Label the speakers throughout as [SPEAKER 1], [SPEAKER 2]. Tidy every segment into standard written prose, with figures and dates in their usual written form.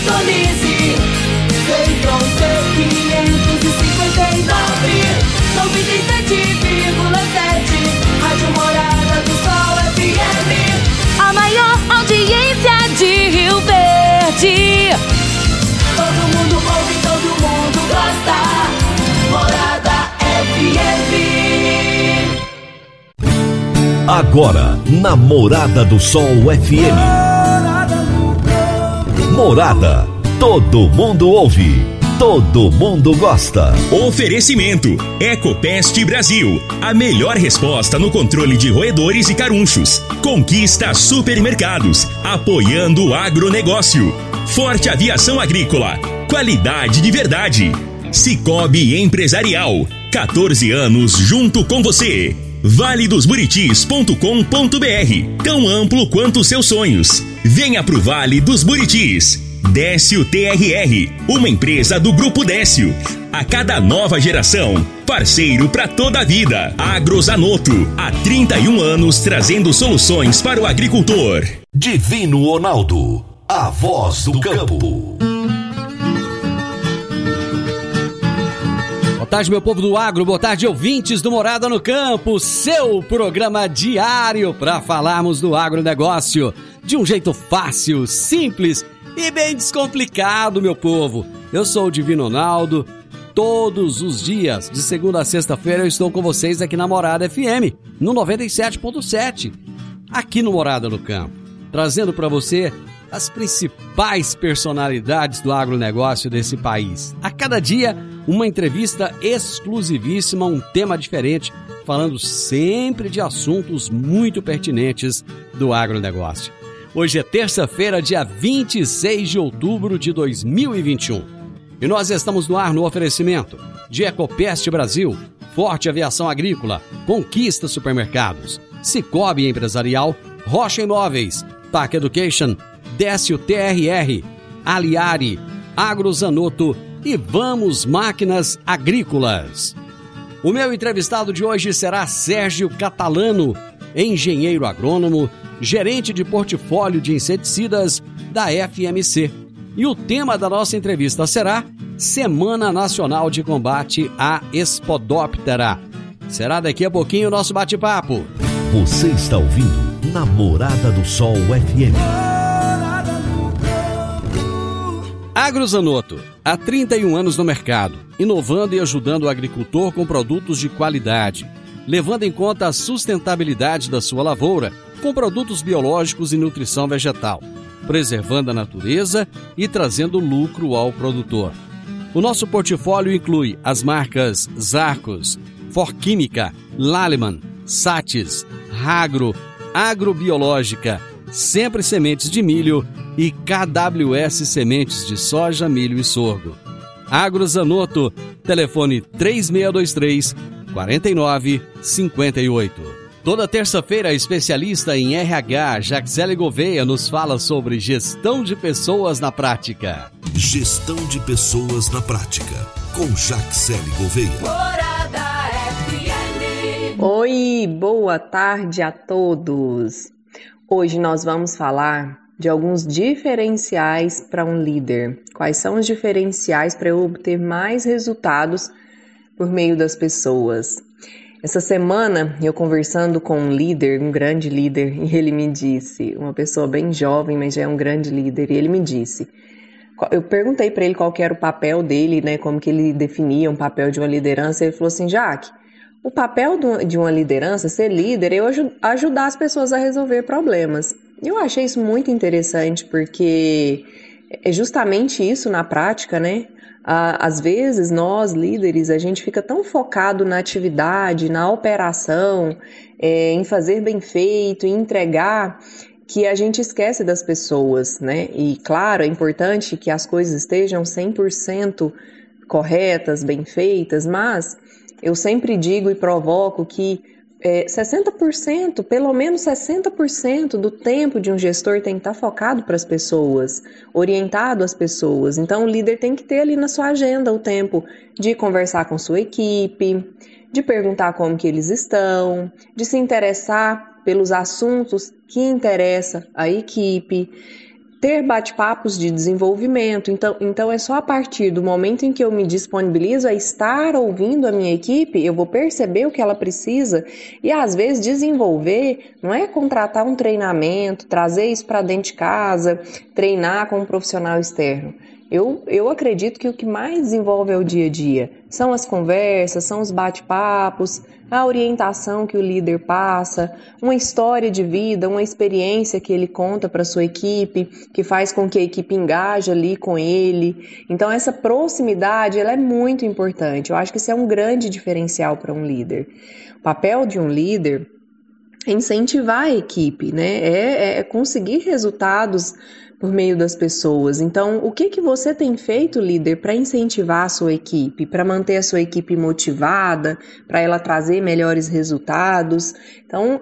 [SPEAKER 1] sintonize. Feitron C559, 97,7, Rádio Morada do Sol FM.
[SPEAKER 2] A maior audiência de Rio Verde.
[SPEAKER 1] Todo mundo ouve, todo mundo gosta. Morada FM.
[SPEAKER 3] Agora, na Morada do Sol FM. Morada. Todo mundo ouve. Todo mundo gosta.
[SPEAKER 4] Oferecimento: Ecopest Brasil. A melhor resposta no controle de roedores e carunchos. Conquista Supermercados. Apoiando o agronegócio. Forte Aviação Agrícola. Qualidade de verdade. Cicobi Empresarial. 14 anos junto com você. valedosburitis.com.br. Tão amplo quanto os seus sonhos. Venha pro Vale dos Buritis. Décio TRR, uma empresa do Grupo Décio. A cada nova geração, parceiro para toda a vida. Agrozanoto, há 31 anos trazendo soluções para o agricultor.
[SPEAKER 3] Divino Ronaldo, a voz do campo.
[SPEAKER 5] Boa tarde, meu povo do agro, boa tarde, ouvintes do Morada no Campo, seu programa diário para falarmos do agronegócio de um jeito fácil, simples e bem descomplicado, meu povo. Eu sou o Divino Ronaldo. Todos os dias, de segunda a sexta-feira, eu estou com vocês aqui na Morada FM, no 97.7, aqui no Morada no Campo, trazendo para você as principais personalidades do agronegócio desse país. A cada dia, uma entrevista exclusivíssima, um tema diferente, falando sempre de assuntos muito pertinentes do agronegócio. Hoje é terça-feira, dia 26 de outubro de 2021. E nós estamos no ar no oferecimento de Ecopest Brasil, Forte Aviação Agrícola, Conquista Supermercados, Cicobi Empresarial, Rocha Imóveis, TAC Education, Décio TRR, Aliari, Agrozanoto e Vamos Máquinas Agrícolas. O meu entrevistado de hoje será Sérgio Catalano, engenheiro agrônomo, gerente de portfólio de inseticidas da FMC. E o tema da nossa entrevista será Semana Nacional de Combate à Espodóptera. Será daqui a pouquinho o nosso bate-papo.
[SPEAKER 3] Você está ouvindo Namorada do Sol FM.
[SPEAKER 5] Agrozanoto, há 31 anos no mercado, inovando e ajudando o agricultor com produtos de qualidade, levando em conta a sustentabilidade da sua lavoura, com produtos biológicos e nutrição vegetal, preservando a natureza e trazendo lucro ao produtor. O nosso portfólio inclui as marcas Zarcos, Forquímica, Laleman, Satis, Ragro, Agrobiológica, Sempre Sementes de Milho e KWS Sementes de Soja, Milho e Sorgo. Agrozanoto, telefone 3623-4958. Toda terça-feira, a especialista em RH, Jaxele Gouveia, nos fala sobre gestão de pessoas na prática.
[SPEAKER 3] Gestão de pessoas na prática, com Jaxele Gouveia.
[SPEAKER 1] Morada FM.
[SPEAKER 6] Oi, boa tarde a todos. Hoje nós vamos falar de alguns diferenciais para um líder. Quais são os diferenciais para eu obter mais resultados por meio das pessoas? Essa semana, eu conversando com um líder, um grande líder, e ele me disse, uma pessoa bem jovem, mas já é um grande líder, e ele me disse, eu perguntei para ele qual que era o papel dele, né, como que ele definia um papel de uma liderança, e ele falou assim, Jaque, o papel de uma liderança, ser líder, é eu ajudar as pessoas a resolver problemas. Eu achei isso muito interessante, porque é justamente isso na prática, né? Às vezes, nós, líderes, a gente fica tão focado na atividade, na operação, em fazer bem feito, em entregar, que a gente esquece das pessoas, né? E, claro, é importante que as coisas estejam 100% corretas, bem feitas, mas eu sempre digo e provoco que 60%, pelo menos 60% do tempo de um gestor tem que estar focado para as pessoas, orientado às pessoas. Então, o líder tem que ter ali na sua agenda o tempo de conversar com sua equipe, de perguntar como que eles estão, de se interessar pelos assuntos que interessam a equipe. ter bate-papos de desenvolvimento. Então é só a partir do momento em que eu me disponibilizo a estar ouvindo a minha equipe, eu vou perceber o que ela precisa e às vezes desenvolver não é contratar um treinamento, trazer isso para dentro de casa, treinar com um profissional externo. Eu acredito que o que mais desenvolve é o dia a dia. São as conversas, são os bate-papos, a orientação que o líder passa, uma história de vida, uma experiência que ele conta para a sua equipe, que faz com que a equipe engaje ali com ele. Então essa proximidade ela é muito importante. Eu acho que isso é um grande diferencial para um líder. O papel de um líder é incentivar a equipe, né? É conseguir resultados por meio das pessoas. Então, o que você tem feito, líder, para incentivar a sua equipe, para manter a sua equipe motivada, para ela trazer melhores resultados? Então,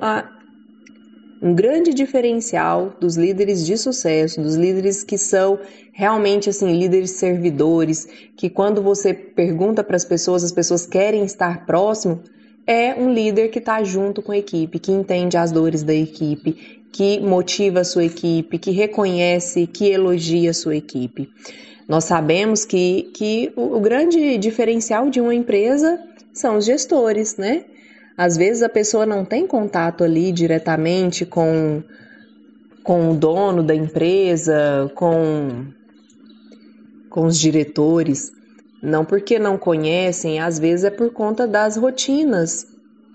[SPEAKER 6] um grande diferencial dos líderes de sucesso, dos líderes que são realmente assim, líderes servidores, que quando você pergunta para as pessoas querem estar próximo, é um líder que está junto com a equipe, que entende as dores da equipe, que motiva a sua equipe, que reconhece, que elogia a sua equipe. Nós sabemos que o grande diferencial de uma empresa são os gestores, né? Às vezes a pessoa não tem contato ali diretamente com o dono da empresa, com os diretores. Não porque não conhecem, às vezes é por conta das rotinas.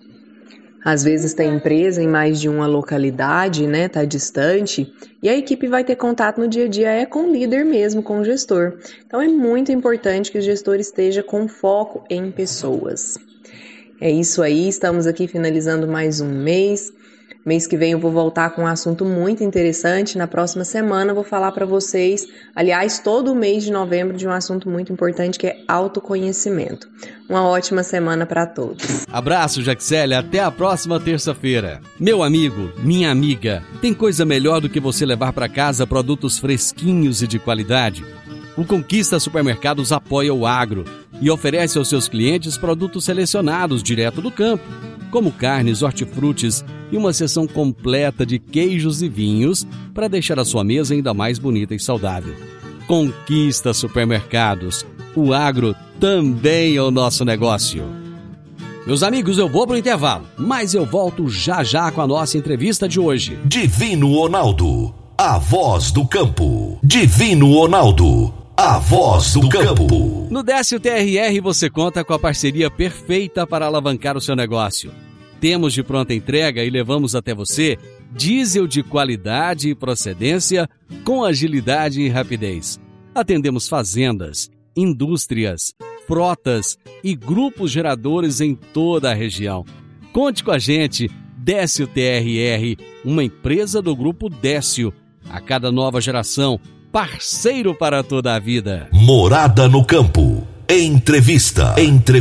[SPEAKER 6] Às vezes tem empresa em mais de uma localidade, né, tá distante, e a equipe vai ter contato no dia a dia com o líder mesmo, com o gestor. Então é muito importante que o gestor esteja com foco em pessoas. É isso aí, estamos aqui finalizando mais um mês. Mês que vem eu vou voltar com um assunto muito interessante. Na próxima semana eu vou falar para vocês, aliás, todo o mês de novembro, de um assunto muito importante que é autoconhecimento. Uma ótima semana para todos.
[SPEAKER 5] Abraço, Jaxele. Até a próxima terça-feira. Meu amigo, minha amiga, tem coisa melhor do que você levar para casa produtos fresquinhos e de qualidade? O Conquista Supermercados apoia o agro e oferece aos seus clientes produtos selecionados direto do campo, como carnes, hortifrutis e uma seção completa de queijos e vinhos para deixar a sua mesa ainda mais bonita e saudável. Conquista Supermercados. O agro também é o nosso negócio. Meus amigos, eu vou para o intervalo, mas eu volto já já com a nossa entrevista de hoje.
[SPEAKER 3] Divino Ronaldo, a voz do campo. Divino Ronaldo, a voz do campo.
[SPEAKER 5] No Décio TRR você conta com a parceria perfeita para alavancar o seu negócio. Temos de pronta entrega e levamos até você diesel de qualidade e procedência com agilidade e rapidez. Atendemos fazendas, indústrias, frotas e grupos geradores em toda a região. Conte com a gente, Décio TRR, uma empresa do Grupo Décio. A cada nova geração, parceiro para toda a vida.
[SPEAKER 3] Morada no Campo. Entrevista.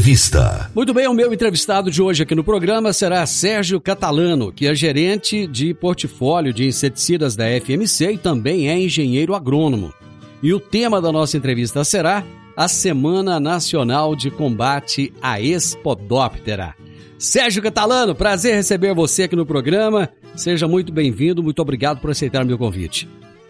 [SPEAKER 5] Muito bem, o meu entrevistado de hoje aqui no programa será Sérgio Catalano, que é gerente de portfólio de inseticidas da FMC e também é engenheiro agrônomo. E o tema da nossa entrevista será a Semana Nacional de Combate à Espodóptera. Sérgio Catalano, prazer receber você aqui no programa. Seja muito bem-vindo, muito obrigado por aceitar o meu convite.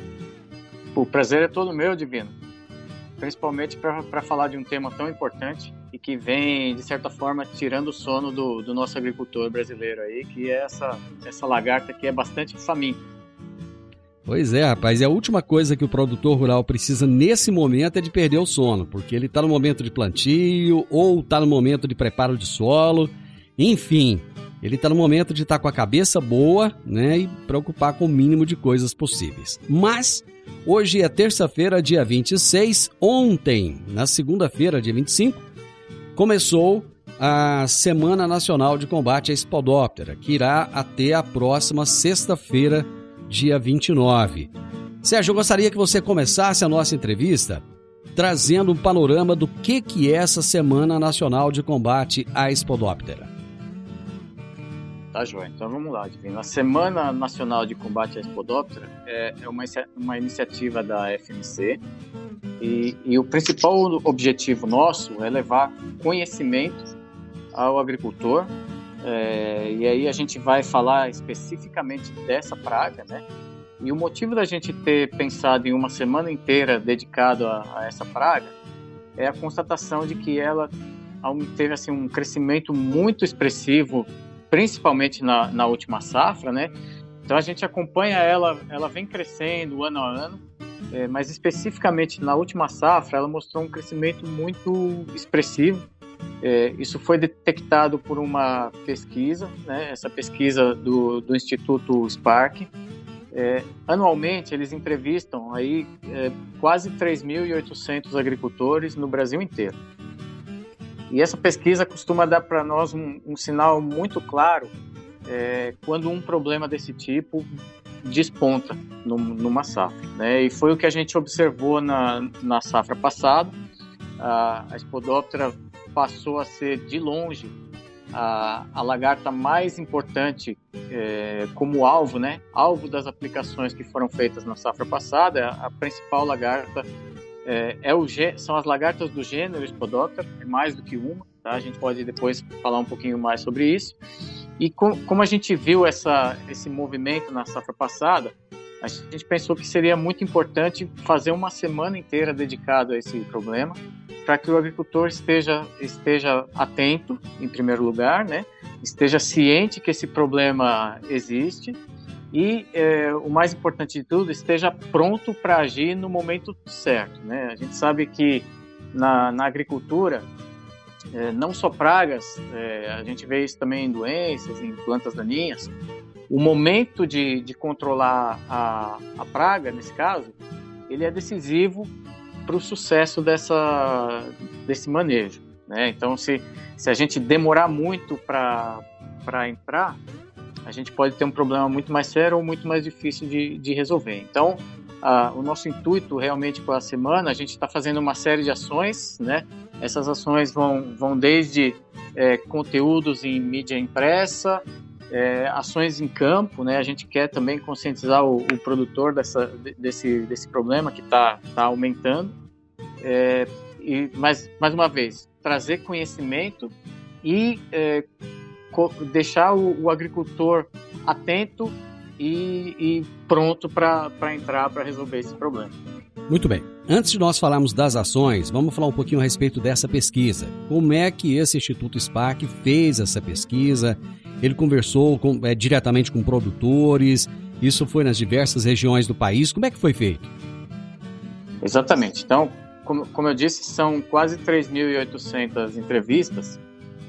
[SPEAKER 7] O prazer é todo meu, Divino. Principalmente para falar de um tema tão importante e que vem, de certa forma, tirando o sono do nosso agricultor brasileiro aí, que é essa lagarta que é bastante faminta.
[SPEAKER 5] Pois é, rapaz, e a última coisa que o produtor rural precisa nesse momento é de perder o sono, porque ele está no momento de plantio ou está no momento de preparo de solo, enfim, ele está no momento de estar com a cabeça boa, né, e preocupar com o mínimo de coisas possíveis. Mas hoje é terça-feira, dia 26. Ontem, na segunda-feira, dia 25, começou a Semana Nacional de Combate à Espodóptera, que irá até a próxima sexta-feira, dia 29. Sérgio, eu gostaria que você começasse a nossa entrevista trazendo um panorama do que é essa Semana Nacional de Combate à Espodóptera.
[SPEAKER 7] Tá, joia. Então vamos lá, Divino. A Semana Nacional de Combate à Espodóptera é uma iniciativa da FMC e o principal objetivo nosso é levar conhecimento ao agricultor, e aí a gente vai falar especificamente dessa praga, né? E o motivo da gente ter pensado em uma semana inteira dedicado a essa praga é a constatação de que ela teve assim, um crescimento muito expressivo, principalmente na última safra, né? Então a gente acompanha ela vem crescendo ano a ano, mas especificamente na última safra ela mostrou um crescimento muito expressivo. Isso foi detectado por uma pesquisa, né? Essa pesquisa do Instituto Spark. Anualmente eles entrevistam aí quase 3.800 agricultores no Brasil inteiro. E essa pesquisa costuma dar para nós um sinal muito claro quando um problema desse tipo desponta numa safra, né? E foi o que a gente observou na safra passada. A Spodoptera passou a ser, de longe, a lagarta mais importante como alvo, né? Alvo das aplicações que foram feitas na safra passada. A principal lagarta são as lagartas do gênero Spodoptera, é mais do que uma, tá? A gente pode depois falar um pouquinho mais sobre isso. E como a gente viu esse movimento na safra passada, a gente pensou que seria muito importante fazer uma semana inteira dedicada a esse problema, para que o agricultor esteja atento, em primeiro lugar, né? Esteja ciente que esse problema existe e, o mais importante de tudo, esteja pronto para agir no momento certo, né? A gente sabe que na agricultura, não só pragas, a gente vê isso também em doenças, em plantas daninhas. O momento de controlar a praga, nesse caso, ele é decisivo para o sucesso desse manejo, né? Então, se a gente demorar muito para entrar, a gente pode ter um problema muito mais sério ou muito mais difícil de resolver. Então, o nosso intuito realmente com a semana, a gente está fazendo uma série de ações, né? Essas ações vão desde conteúdos em mídia impressa, ações em campo, né? A gente quer também conscientizar o produtor desse problema que está aumentando. Mas, mais uma vez, trazer conhecimento e deixar o agricultor atento e pronto para entrar para resolver esse problema.
[SPEAKER 5] Muito bem. Antes de nós falarmos das ações, vamos falar um pouquinho a respeito dessa pesquisa. Como é que esse Instituto Spark fez essa pesquisa? Ele conversou diretamente com produtores, isso foi nas diversas regiões do país. Como é que foi feito?
[SPEAKER 7] Exatamente. Então, como eu disse, são quase 3.800 entrevistas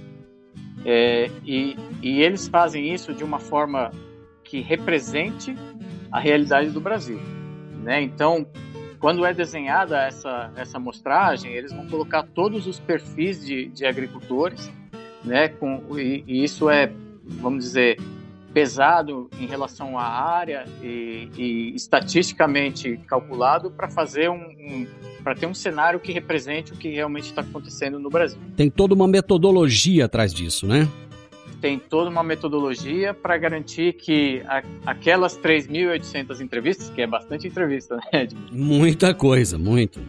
[SPEAKER 7] e eles fazem isso de uma forma que represente a realidade do Brasil, né? Então, quando é desenhada essa amostragem, eles vão colocar todos os perfis de agricultores, né? E isso é, vamos dizer, pesado em relação à área e estatisticamente calculado para fazer para ter um cenário que represente o que realmente está acontecendo no Brasil.
[SPEAKER 5] Tem toda uma metodologia atrás disso, né?
[SPEAKER 7] Tem toda uma metodologia para garantir que aquelas 3.800 entrevistas, que é bastante entrevista, né, Edmund?
[SPEAKER 5] Muita coisa, muito.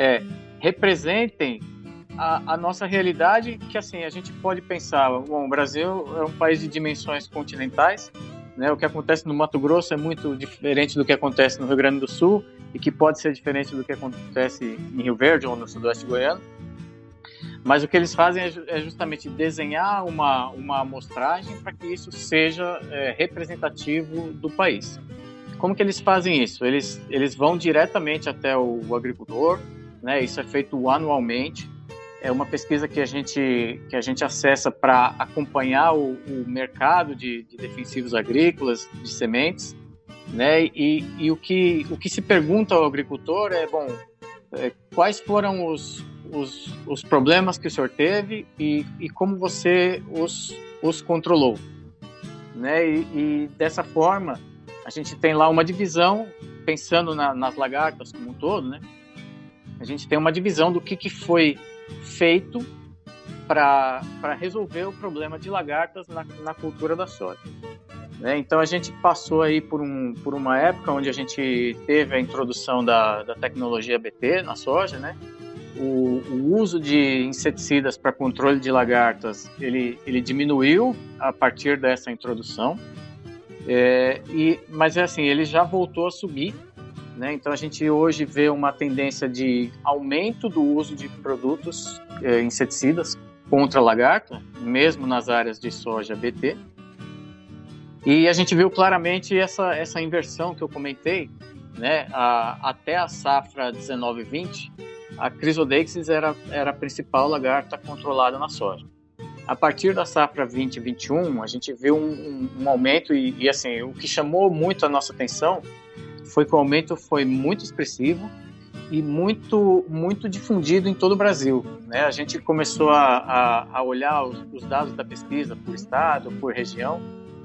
[SPEAKER 7] Representem a nossa realidade, que assim, a gente pode pensar, bom, o Brasil é um país de dimensões continentais, né? O que acontece no Mato Grosso é muito diferente do que acontece no Rio Grande do Sul e que pode ser diferente do que acontece em Rio Verde ou no Sudoeste goiano. Mas o que eles fazem é justamente desenhar uma amostragem para que isso seja representativo do país. Como que eles fazem isso? Eles vão diretamente até o agricultor, né? Isso é feito anualmente. É uma pesquisa que a gente acessa para acompanhar o mercado de defensivos agrícolas, de sementes, né? E o que se pergunta ao agricultor quais foram os problemas que o senhor teve e como você os controlou, né? E dessa forma, a gente tem lá uma divisão, pensando nas lagartas como um todo, né? A gente tem uma divisão do que foi feito para resolver o problema de lagartas na cultura da soja, né? Então a gente passou aí por uma época onde a gente teve a introdução da tecnologia BT na soja, né? O uso de inseticidas para controle de lagartas ele diminuiu a partir dessa introdução. Mas é assim, ele já voltou a subir, né? Então a gente hoje vê uma tendência de aumento do uso de produtos inseticidas contra a lagarta, mesmo nas áreas de soja BT. E a gente viu claramente essa inversão que eu comentei, né? Até a safra 19-20, a Chrysodeixis era a principal lagarta controlada na soja. A partir da safra 20-21, a gente viu um aumento e assim, o que chamou muito a nossa atenção foi que o aumento foi muito expressivo e muito, muito difundido em todo o Brasil, né? A gente começou a olhar os dados da pesquisa por estado, por região,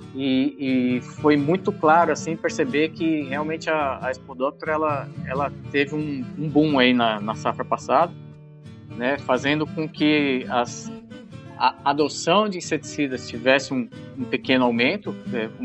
[SPEAKER 7] e foi muito claro assim, perceber que realmente a Spodoptera ela teve um boom aí na safra passada, né? Fazendo com que a adoção de inseticidas tivesse um pequeno aumento,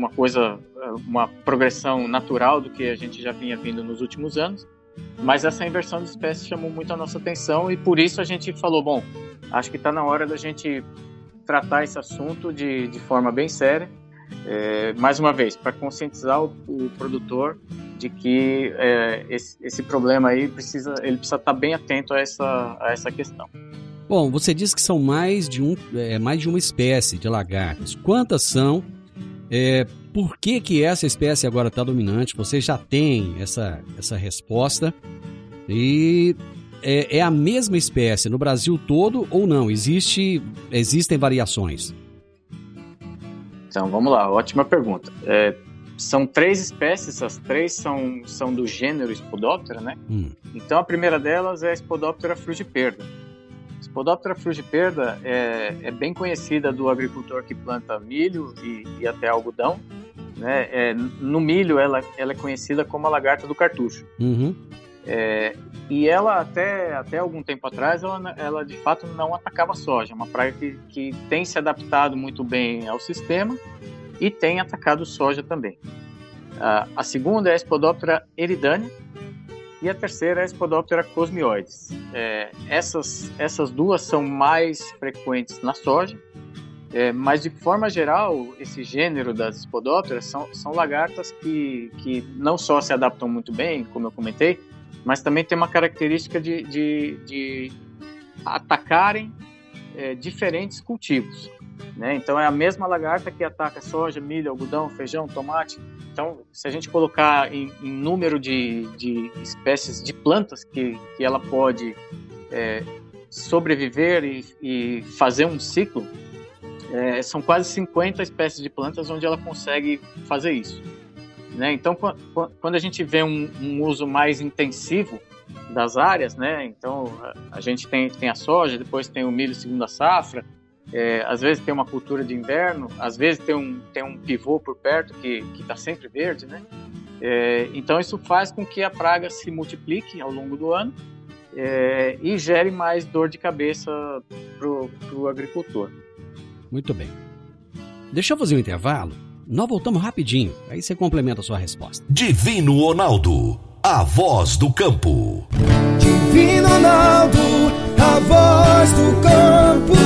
[SPEAKER 7] uma progressão natural do que a gente já vinha vindo nos últimos anos, mas essa inversão de espécies chamou muito a nossa atenção e por isso a gente falou, bom, acho que está na hora da gente tratar esse assunto de forma bem séria, mais uma vez, para conscientizar o produtor de que esse problema aí ele precisa estar bem atento a essa questão.
[SPEAKER 5] Bom, você disse que são mais de uma espécie de lagartas. Quantas são? Por que essa espécie agora está dominante? Você já tem essa resposta. E é a mesma espécie no Brasil todo ou não? Existem variações?
[SPEAKER 7] Então, vamos lá. Ótima pergunta. São 3 espécies, as 3 são do gênero Spodoptera, né? Então, a primeira delas é a Spodoptera frugiperda. Spodoptera frugiperda é bem conhecida do agricultor que planta milho e até algodão, né? No milho ela é conhecida como a lagarta do cartucho.
[SPEAKER 5] Uhum.
[SPEAKER 7] E ela até algum tempo atrás ela de fato não atacava a soja, é uma praga que tem se adaptado muito bem ao sistema e tem atacado soja também. A segunda é a Spodoptera eridânea e a terceira é a Spodoptera cosmioides. Essas duas são mais frequentes na soja, mas de forma geral, esse gênero das Spodopteras são lagartas que não só se adaptam muito bem, como eu comentei, mas também tem uma característica de atacarem diferentes cultivos, né? Então é a mesma lagarta que ataca soja, milho, algodão, feijão, tomate. Então, se a gente colocar em número de espécies de plantas que ela pode sobreviver e fazer um ciclo, são quase 50 espécies de plantas onde ela consegue fazer isso, né? Então, quando a gente vê um uso mais intensivo das áreas, né? Então, a gente tem a soja, depois tem o milho segunda safra, às vezes tem uma cultura de inverno, às vezes tem um pivô por perto que está sempre verde, né? Então isso faz com que a praga se multiplique ao longo do ano e gere mais dor de cabeça para o agricultor.
[SPEAKER 5] Muito bem. Deixa eu fazer um intervalo, nós voltamos rapidinho, aí você complementa a sua resposta.
[SPEAKER 3] Divino Ronaldo, a voz do campo.
[SPEAKER 8] Divino Ronaldo, a voz do campo.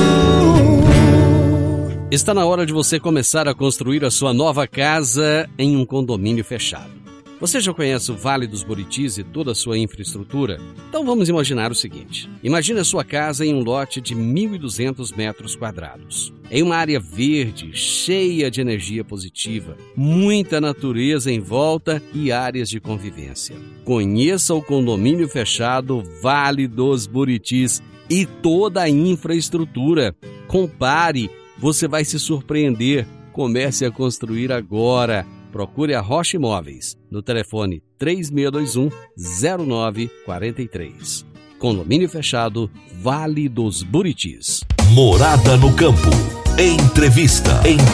[SPEAKER 5] Está na hora de você começar a construir a sua nova casa em um condomínio fechado. Você já conhece o Vale dos Buritis e toda a sua infraestrutura? Então vamos imaginar o seguinte. Imagine a sua casa em um lote de 1.200 metros quadrados. Em uma área verde, cheia de energia positiva, muita natureza em volta e áreas de convivência. Conheça o condomínio fechado Vale dos Buritis e toda a infraestrutura. Compare, você vai se surpreender. Comece a construir agora. Procure a Rocha Imóveis no telefone 3621-0943. Condomínio fechado Vale dos Buritis.
[SPEAKER 3] Morada no campo. Entrevista.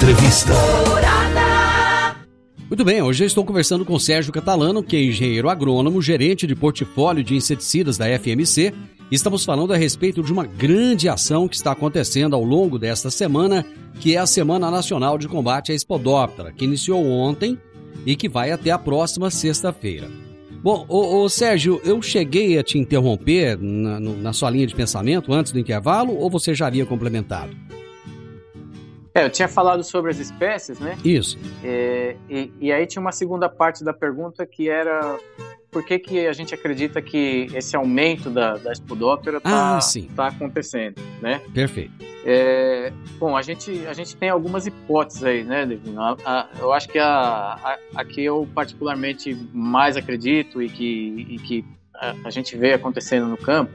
[SPEAKER 5] Muito bem, hoje eu estou conversando com Sérgio Catalano, que é engenheiro agrônomo, gerente de portfólio de inseticidas da FMC. Estamos falando a respeito de uma grande ação que está acontecendo ao longo desta semana, que é a Semana Nacional de Combate à Spodoptera, que iniciou ontem e que vai até a próxima sexta-feira. Bom, Sérgio, eu cheguei a te interromper na sua linha de pensamento antes do intervalo ou você já havia complementado?
[SPEAKER 7] Eu tinha falado sobre as espécies, né?
[SPEAKER 5] Isso.
[SPEAKER 7] E aí tinha uma segunda parte da pergunta que era por que a gente acredita que esse aumento da Spodoptera está acontecendo, né?
[SPEAKER 5] Perfeito.
[SPEAKER 7] Bom, a gente tem algumas hipóteses aí, né, Divino? Eu acho que a que eu particularmente mais acredito e que a gente vê acontecendo no campo,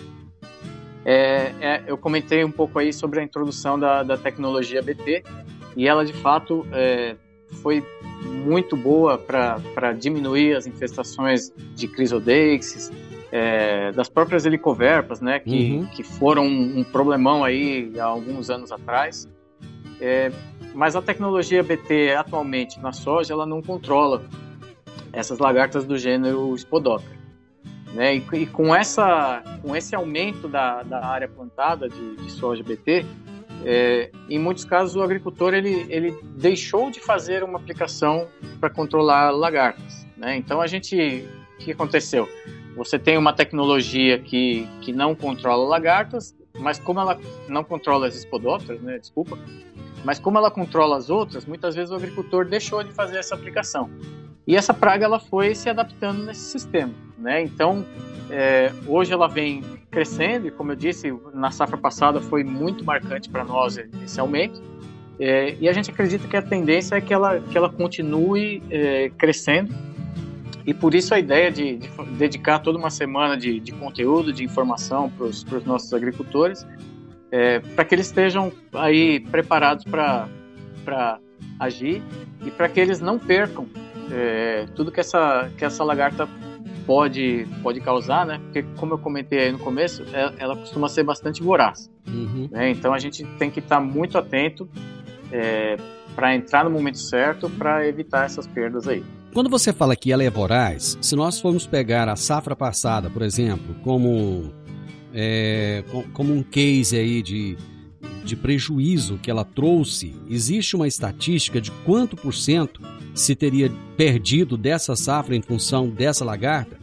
[SPEAKER 7] eu comentei um pouco aí sobre a introdução da tecnologia BT, e ela de fato foi muito boa para diminuir as infestações de Chrysodeixes, das próprias helicoverpas, né, que foram um problemão aí há alguns anos atrás. Mas a tecnologia BT atualmente na soja, ela não controla essas lagartas do gênero Spodoptera, né? E com esse aumento da área plantada de soja BT, em muitos casos o agricultor ele deixou de fazer uma aplicação para controlar lagartas, né? Então o que aconteceu? Você tem uma tecnologia que não controla lagartas, mas como ela não controla as Spodopteras, né? Desculpa, mas como ela controla as outras, muitas vezes o agricultor deixou de fazer essa aplicação. E essa praga ela foi se adaptando nesse sistema, né? Então, hoje ela vem crescendo e, como eu disse, na safra passada foi muito marcante para nós esse aumento. E a gente acredita que a tendência é que ela continue crescendo. E por isso a ideia de dedicar toda uma semana de conteúdo, de informação para os nossos agricultores, para que eles estejam aí preparados para agir e para que eles não percam tudo que essa lagarta pode causar, né? Porque, como eu comentei aí no começo, ela costuma ser bastante voraz. Né? Então a gente tem que estar muito atento para entrar no momento certo para evitar essas perdas aí.
[SPEAKER 5] Quando você fala que ela é voraz, se nós formos pegar a safra passada, por exemplo, como um case aí de prejuízo que ela trouxe, existe uma estatística de quanto por cento se teria perdido dessa safra em função dessa lagarta?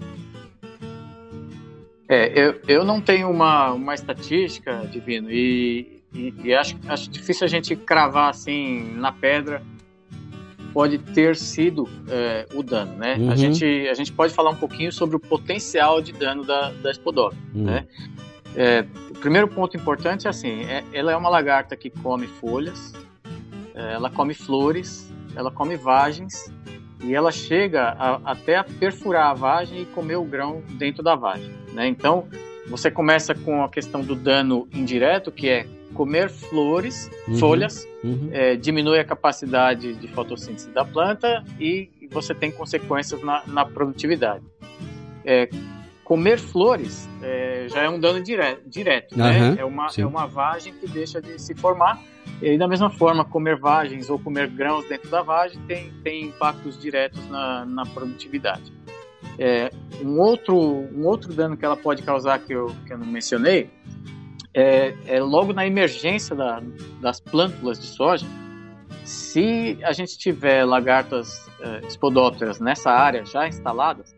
[SPEAKER 7] Eu não tenho uma estatística, Divino, e acho difícil a gente cravar assim na pedra. Pode ter sido o dano, né? A gente pode falar um pouquinho sobre o potencial de dano da Spodoptera, né? O primeiro ponto importante é assim, ela é uma lagarta que come folhas, ela come flores, ela come vagens e ela chega até a perfurar a vagem e comer o grão dentro da vagem, né? Então, você começa com a questão do dano indireto, que é comer flores, folhas, diminui a capacidade de fotossíntese da planta e você tem consequências na produtividade. Comer flores já é um dano direto, né? É uma vagem que deixa de se formar. E da mesma forma, comer vagens ou comer grãos dentro da vagem tem impactos diretos na produtividade. Um outro dano que ela pode causar que eu não mencionei é logo na emergência das plântulas de soja. Se a gente tiver lagartas Spodopteras nessa área já instaladas,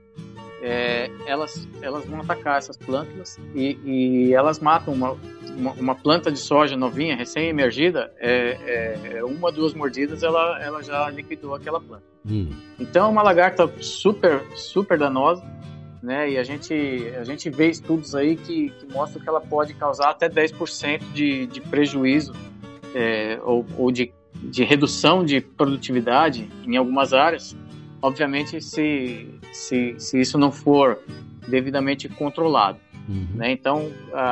[SPEAKER 7] elas vão atacar essas plântulas e elas matam uma planta de soja novinha, recém-emergida, uma, duas mordidas, ela já liquidou aquela planta. Então é uma lagarta super, super danosa, né? E a gente vê estudos aí que mostram que ela pode causar até 10% de prejuízo ou de redução de produtividade em algumas áreas, obviamente se isso não for devidamente controlado. Né? Então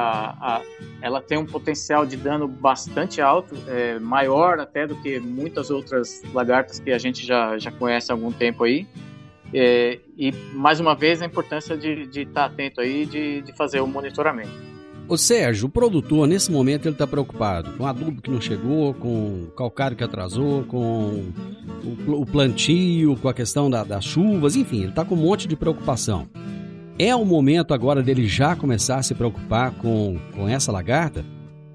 [SPEAKER 7] ela tem um potencial de dano bastante alto, maior até do que muitas outras lagartas que a gente já conhece há algum tempo aí. E mais uma vez a importância de estar atento aí, de fazer o monitoramento.
[SPEAKER 5] Ô Sérgio, o produtor nesse momento ele está preocupado com adubo que não chegou, com o calcário que atrasou, com o plantio, com a questão das chuvas, enfim, ele está com um monte de preocupação. É o momento agora dele já começar a se preocupar com essa lagarta?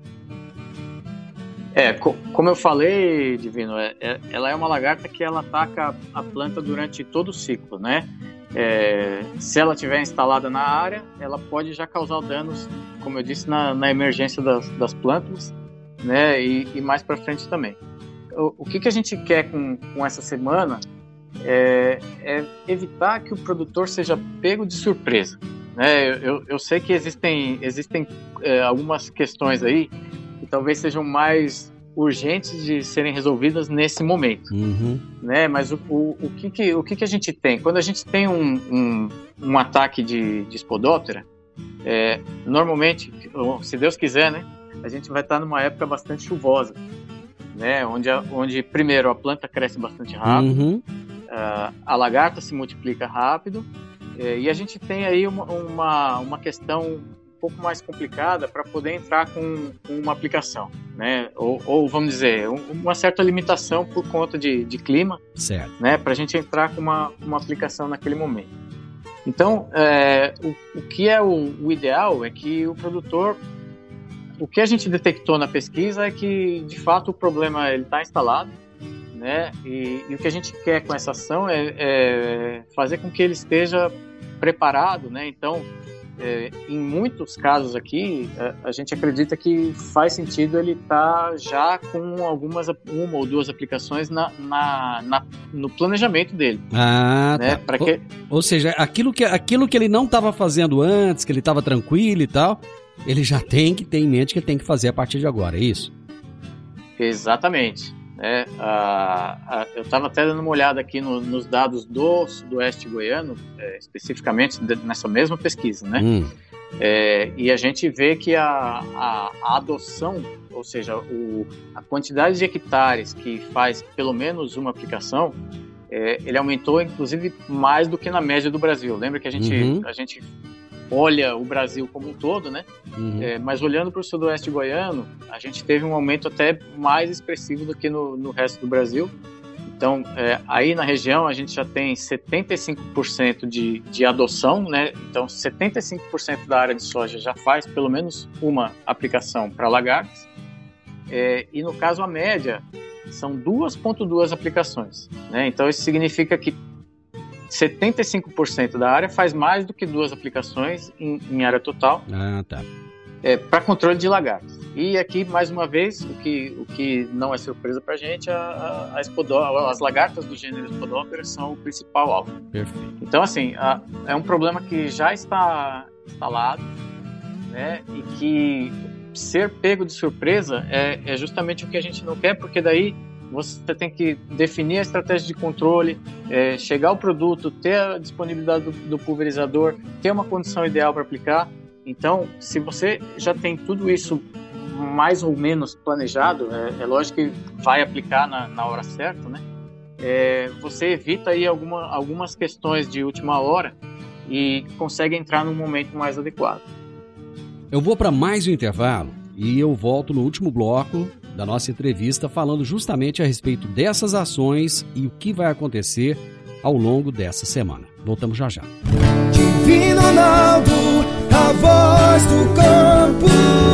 [SPEAKER 7] Como eu falei, Divino, ela é uma lagarta que ela ataca a planta durante todo o ciclo, né? Se ela estiver instalada na área, ela pode já causar danos, como eu disse, na emergência das plântulas. né? E mais para frente também. O que a gente quer com essa semana é evitar que o produtor seja pego de surpresa, né? Eu sei que existem algumas questões aí que talvez sejam mais urgentes de serem resolvidas nesse momento, né? Mas o que a gente tem? Quando a gente tem um ataque de Spodoptera, normalmente, se Deus quiser, né, a gente vai estar numa época bastante chuvosa, né? Onde primeiro a planta cresce bastante rápido, a lagarta se multiplica rápido, e a gente tem aí uma questão um pouco mais complicada para poder entrar com uma aplicação, né? Ou vamos dizer, uma certa limitação por conta de clima, certo, né? Para a gente entrar com uma aplicação naquele momento. Então, o que é o ideal é que o produtor, o que a gente detectou na pesquisa é que, de fato, o problema está instalado, né? E o que a gente quer com essa ação é fazer com que ele esteja preparado, né? Então, em muitos casos aqui, a gente acredita que faz sentido ele estar já com uma ou duas aplicações no planejamento dele. Né?
[SPEAKER 5] Tá. Ou seja, aquilo que ele não estava fazendo antes, que ele estava tranquilo e tal, ele já tem que ter em mente que ele tem que fazer a partir de agora, é isso?
[SPEAKER 7] Exatamente. Eu estava até dando uma olhada aqui nos dados do Sudoeste Goiano, especificamente nessa mesma pesquisa, né? E a gente vê que a adoção, ou seja, a quantidade de hectares que faz pelo menos uma aplicação, ele aumentou inclusive mais do que na média do Brasil. Lembra que a gente olha o Brasil como um todo, né? Mas olhando para o Sudoeste Goiano, a gente teve um aumento até mais expressivo do que no resto do Brasil. Então, aí na região a gente já tem 75% de adoção, né? Então, 75% da área de soja já faz pelo menos uma aplicação para lagartas. E no caso, a média são 2,2 aplicações, né? Então, isso significa que 75% da área faz mais do que 2 aplicações em área total.
[SPEAKER 5] Tá.
[SPEAKER 7] Para controle de lagartas. E aqui, mais uma vez, o que não é surpresa para a gente, as lagartas do gênero Spodoptera são o principal alvo.
[SPEAKER 5] Perfeito.
[SPEAKER 7] Então, assim, é um problema que já está instalado, né? E que ser pego de surpresa é justamente o que a gente não quer, porque daí você tem que definir a estratégia de controle, chegar ao produto, ter a disponibilidade do pulverizador, ter uma condição ideal para aplicar. Então, se você já tem tudo isso mais ou menos planejado, é lógico que vai aplicar na hora certa, né? Você evita aí algumas questões de última hora e consegue entrar num momento mais adequado.
[SPEAKER 5] Eu vou para mais um intervalo e eu volto no último bloco da nossa entrevista falando justamente a respeito dessas ações e o que vai acontecer ao longo dessa semana. Voltamos já já.
[SPEAKER 8] Divino Ronaldo, a voz do campo.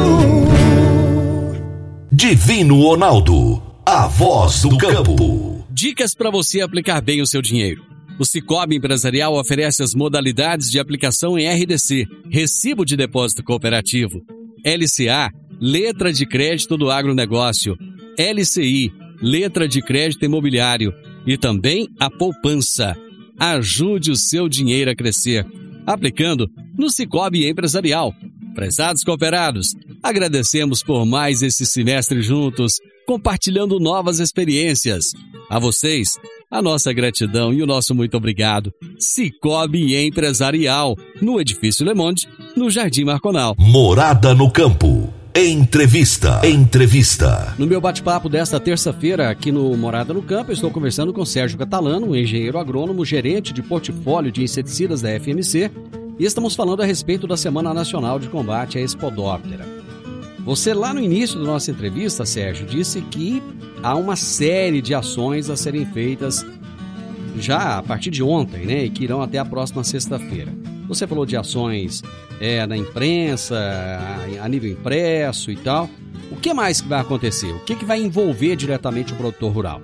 [SPEAKER 3] Divino Ronaldo, a voz do campo.
[SPEAKER 5] Dicas para você aplicar bem o seu dinheiro. O Sicoob Empresarial oferece as modalidades de aplicação em RDC, Recibo de Depósito Cooperativo, LCA, Letra de Crédito do Agronegócio, LCI, Letra de Crédito Imobiliário e também a poupança. Ajude o seu dinheiro a crescer, aplicando no Sicoob Empresarial. Prezados cooperados, agradecemos por mais esse semestre juntos, compartilhando novas experiências. A vocês, a nossa gratidão e o nosso muito obrigado. Sicoob Empresarial, no Edifício Le Monde, no Jardim Marconal.
[SPEAKER 3] Morada no Campo. Entrevista.
[SPEAKER 5] No meu bate-papo desta terça-feira aqui no Morada no Campo, eu estou conversando com Sérgio Catalano, um engenheiro agrônomo, gerente de portfólio de inseticidas da FMC, e estamos falando a respeito da Semana Nacional de Combate à Spodoptera. Você lá no início da nossa entrevista, Sérgio, disse que há uma série de ações a serem feitas já a partir de ontem, né, e que irão até a próxima sexta-feira. Você falou de ações na imprensa, a nível impresso e tal. O que mais que vai acontecer? O que vai envolver diretamente o produtor rural?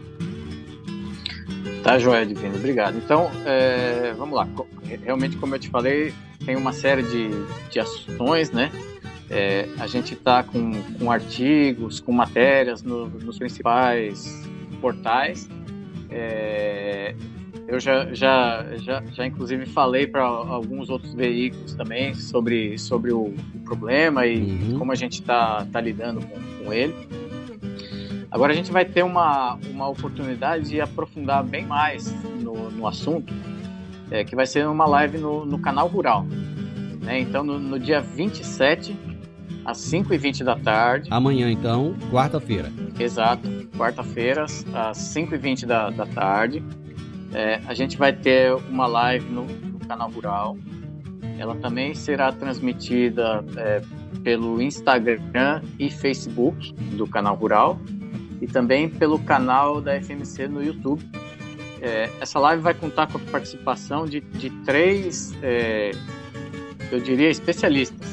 [SPEAKER 7] Tá, joia, Divino. Obrigado. Então, vamos lá. Realmente, como eu te falei, tem uma série de ações, né? A gente está com artigos, com matérias nos principais portais. Eu já inclusive falei para alguns outros veículos também sobre o problema e como a gente está lidando com ele. Agora a gente vai ter uma oportunidade de aprofundar bem mais no assunto, que vai ser uma live no canal Rural. Né? Então, no dia 27, às 5h20 da tarde.
[SPEAKER 5] Amanhã, então, quarta-feira.
[SPEAKER 7] Exato, quarta-feira, às 5h20 da tarde. A gente vai ter uma live no canal Rural. Ela também será transmitida pelo Instagram e Facebook do canal Rural e também pelo canal da FMC no YouTube. Essa live vai contar com a participação de 3, eu diria, especialistas.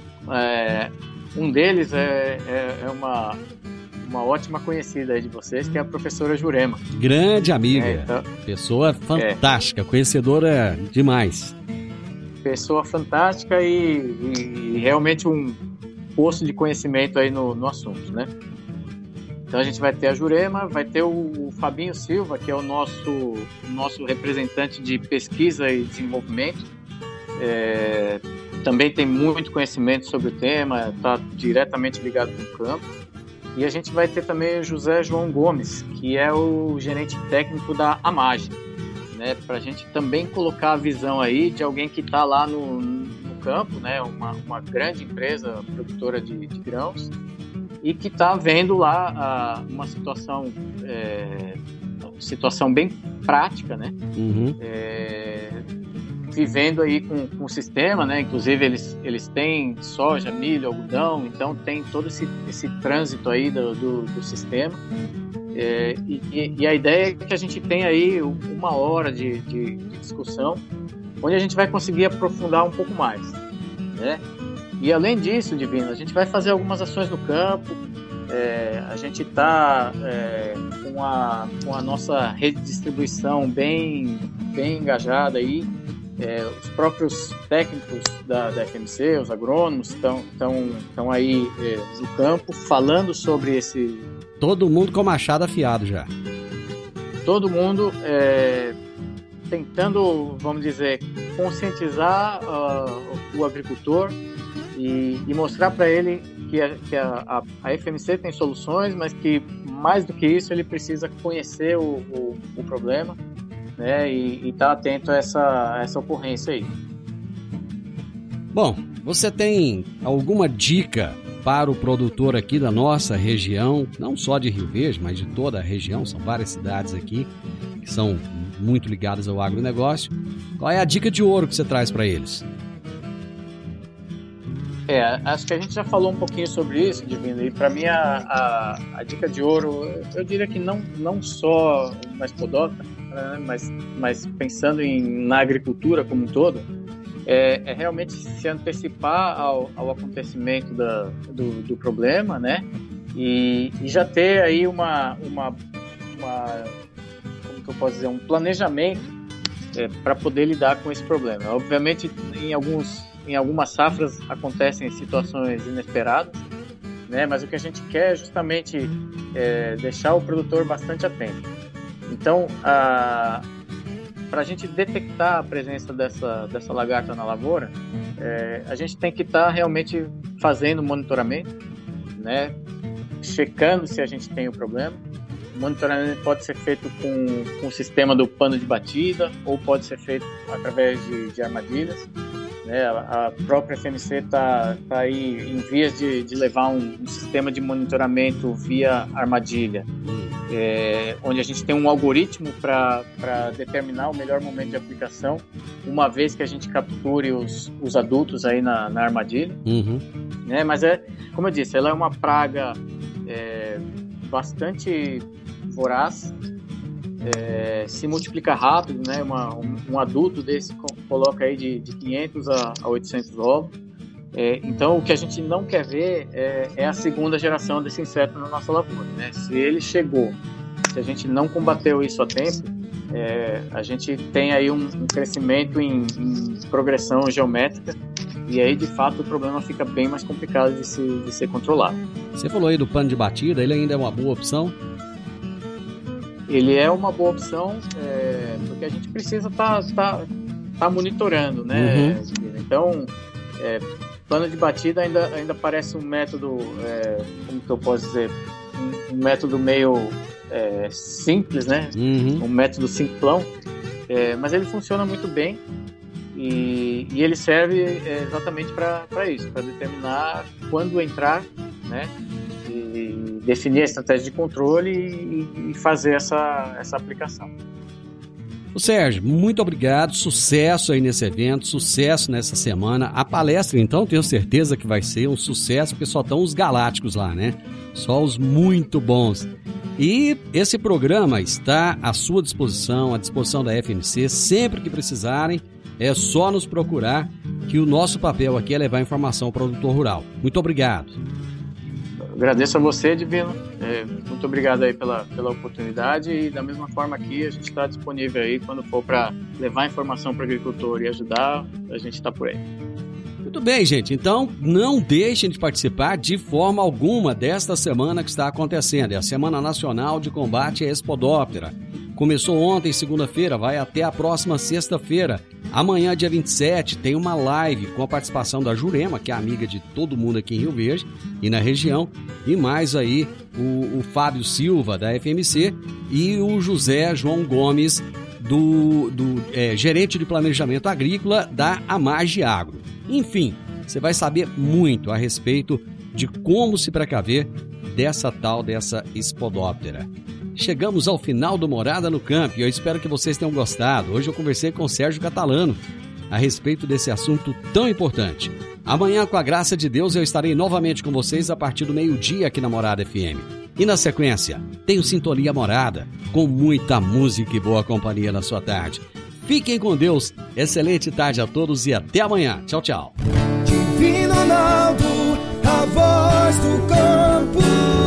[SPEAKER 7] Um deles é uma ótima conhecida aí de vocês, que é a professora Jurema.
[SPEAKER 5] Grande amiga, pessoa fantástica, conhecedora demais.
[SPEAKER 7] Pessoa fantástica e realmente um poço de conhecimento aí no assunto, né? Então a gente vai ter a Jurema, vai ter o Fabinho Silva, que é o nosso representante de pesquisa e desenvolvimento. Também tem muito conhecimento sobre o tema, está diretamente ligado com o campo. E a gente vai ter também o José João Gomes, que é o gerente técnico da Amage, né? Para a gente também colocar a visão aí de alguém que está lá no campo, né? Uma grande empresa produtora de grãos, e que está vendo lá uma situação bem prática, né? Vivendo aí com o sistema, né? Inclusive eles têm soja, milho, algodão, então tem todo esse trânsito aí do sistema. E a ideia é que a gente tenha aí 1 hora de discussão, onde a gente vai conseguir aprofundar um pouco mais, né? E além disso, Divino, a gente vai fazer algumas ações no campo. A gente está com a nossa rede de distribuição bem engajada aí. Os próprios técnicos da FMC, os agrônomos, estão aí no campo falando sobre esse...
[SPEAKER 5] Todo mundo com machado afiado já.
[SPEAKER 7] Todo mundo tentando, vamos dizer, conscientizar o agricultor e mostrar para ele que a FMC tem soluções, mas que mais do que isso ele precisa conhecer o problema, né, e estar atento a essa ocorrência aí.
[SPEAKER 5] Bom, você tem alguma dica para o produtor aqui da nossa região, não só de Rio Verde, mas de toda a região? São várias cidades aqui que são muito ligadas ao agronegócio. Qual é a dica de ouro que você traz para eles?
[SPEAKER 7] Acho que a gente já falou um pouquinho sobre isso, Divino, e para mim a dica de ouro, eu diria que não só na Spodoptera, né, mas pensando na agricultura como um todo, é realmente se antecipar ao acontecimento do problema, né, e já ter aí uma como que eu posso dizer, um planejamento para poder lidar com esse problema. Obviamente, em algumas safras acontecem situações inesperadas, né? Mas o que a gente quer é justamente deixar o produtor bastante atento. Então, para a gente detectar a presença dessa lagarta na lavoura, a gente tem que estar realmente fazendo monitoramento, né? Checando se a gente tem o problema. O monitoramento pode ser feito com o sistema do pano de batida ou pode ser feito através de armadilhas. A própria FMC está aí em vias de levar um sistema de monitoramento via armadilha, onde a gente tem um algoritmo para determinar o melhor momento de aplicação, uma vez que a gente capture os adultos aí na armadilha. Mas como eu disse, ela é uma praga bastante voraz, se multiplica rápido, né? Um adulto desse coloca aí de 500 a 800 ovos. Então, o que a gente não quer ver é a segunda geração desse inseto na nossa lavoura, né? Se ele chegou, se a gente não combateu isso a tempo, a gente tem aí um crescimento em progressão geométrica E aí, de fato, o problema fica bem mais complicado de ser controlado.
[SPEAKER 5] Você falou aí do pano de batida, ele ainda é uma boa opção?
[SPEAKER 7] Ele é uma boa opção, porque a gente precisa tá monitorando, né? Então, pano de batida ainda parece um método, como que eu posso dizer, um método meio simples, né? Um método simplão, mas ele funciona muito bem e ele serve exatamente para isso, para determinar quando entrar, né? E definir a estratégia de controle e fazer essa aplicação.
[SPEAKER 5] O Sérgio, muito obrigado, sucesso aí nesse evento, sucesso nessa semana. A palestra, então, tenho certeza que vai ser um sucesso, porque só estão os galácticos lá, né? Só os muito bons. E esse programa está à sua disposição, à disposição da FMC, sempre que precisarem, é só nos procurar, que o nosso papel aqui é levar informação ao produtor rural. Muito obrigado.
[SPEAKER 7] Agradeço a você, Divino. Muito obrigado aí pela oportunidade e da mesma forma aqui a gente está disponível aí quando for para levar informação para o agricultor e ajudar, a gente está por aí.
[SPEAKER 5] Muito bem, gente. Então, não deixem de participar de forma alguma desta semana que está acontecendo. É a Semana Nacional de Combate à Espodóptera. Começou ontem, segunda-feira, vai até a próxima sexta-feira. Amanhã, dia 27, tem uma live com a participação da Jurema, que é amiga de todo mundo aqui em Rio Verde e na região. E mais aí o Fábio Silva, da FMC, e o José João Gomes, gerente de planejamento agrícola da Amage Agro. Enfim, você vai saber muito a respeito de como se precaver dessa espodóptera. Chegamos ao final do Morada no Campo e eu espero que vocês tenham gostado. Hoje eu conversei com o Sérgio Catalano a respeito desse assunto tão importante. Amanhã, com a graça de Deus, eu estarei novamente com vocês a partir do meio-dia aqui na Morada FM. E na sequência, tenho Sintonia Morada, com muita música e boa companhia na sua tarde. Fiquem com Deus, excelente tarde a todos e até amanhã. Tchau, tchau.
[SPEAKER 8] Divino Ronaldo, a voz do campo.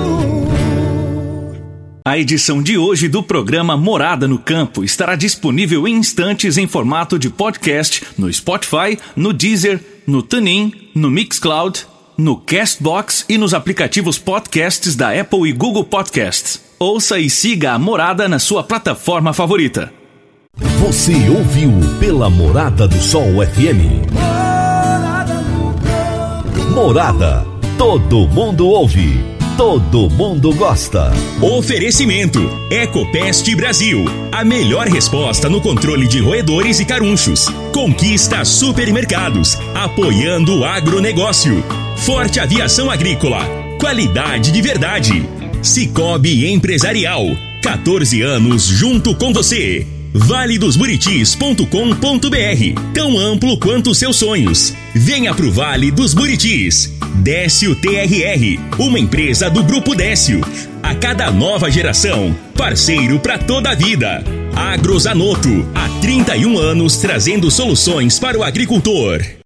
[SPEAKER 4] A edição de hoje do programa Morada no Campo estará disponível em instantes em formato de podcast no Spotify, no Deezer, no TuneIn, no Mixcloud, no Castbox e nos aplicativos podcasts da Apple e Google Podcasts. Ouça e siga a Morada na sua plataforma favorita.
[SPEAKER 3] Você ouviu pela Morada do Sol FM. Morada. Todo mundo ouve. Todo mundo gosta.
[SPEAKER 4] Oferecimento: Ecopest Brasil. A melhor resposta no controle de roedores e carunchos. Conquista Supermercados. Apoiando o agronegócio. Forte Aviação Agrícola. Qualidade de verdade. Cicobi Empresarial. 14 anos junto com você. valedosburitis.com.br. Tão amplo quanto seus sonhos. Venha pro Vale dos Buritis. Décio TRR, uma empresa do Grupo Décio. A cada nova geração, parceiro para toda a vida. Agrozanoto, há 31 anos trazendo soluções para o agricultor.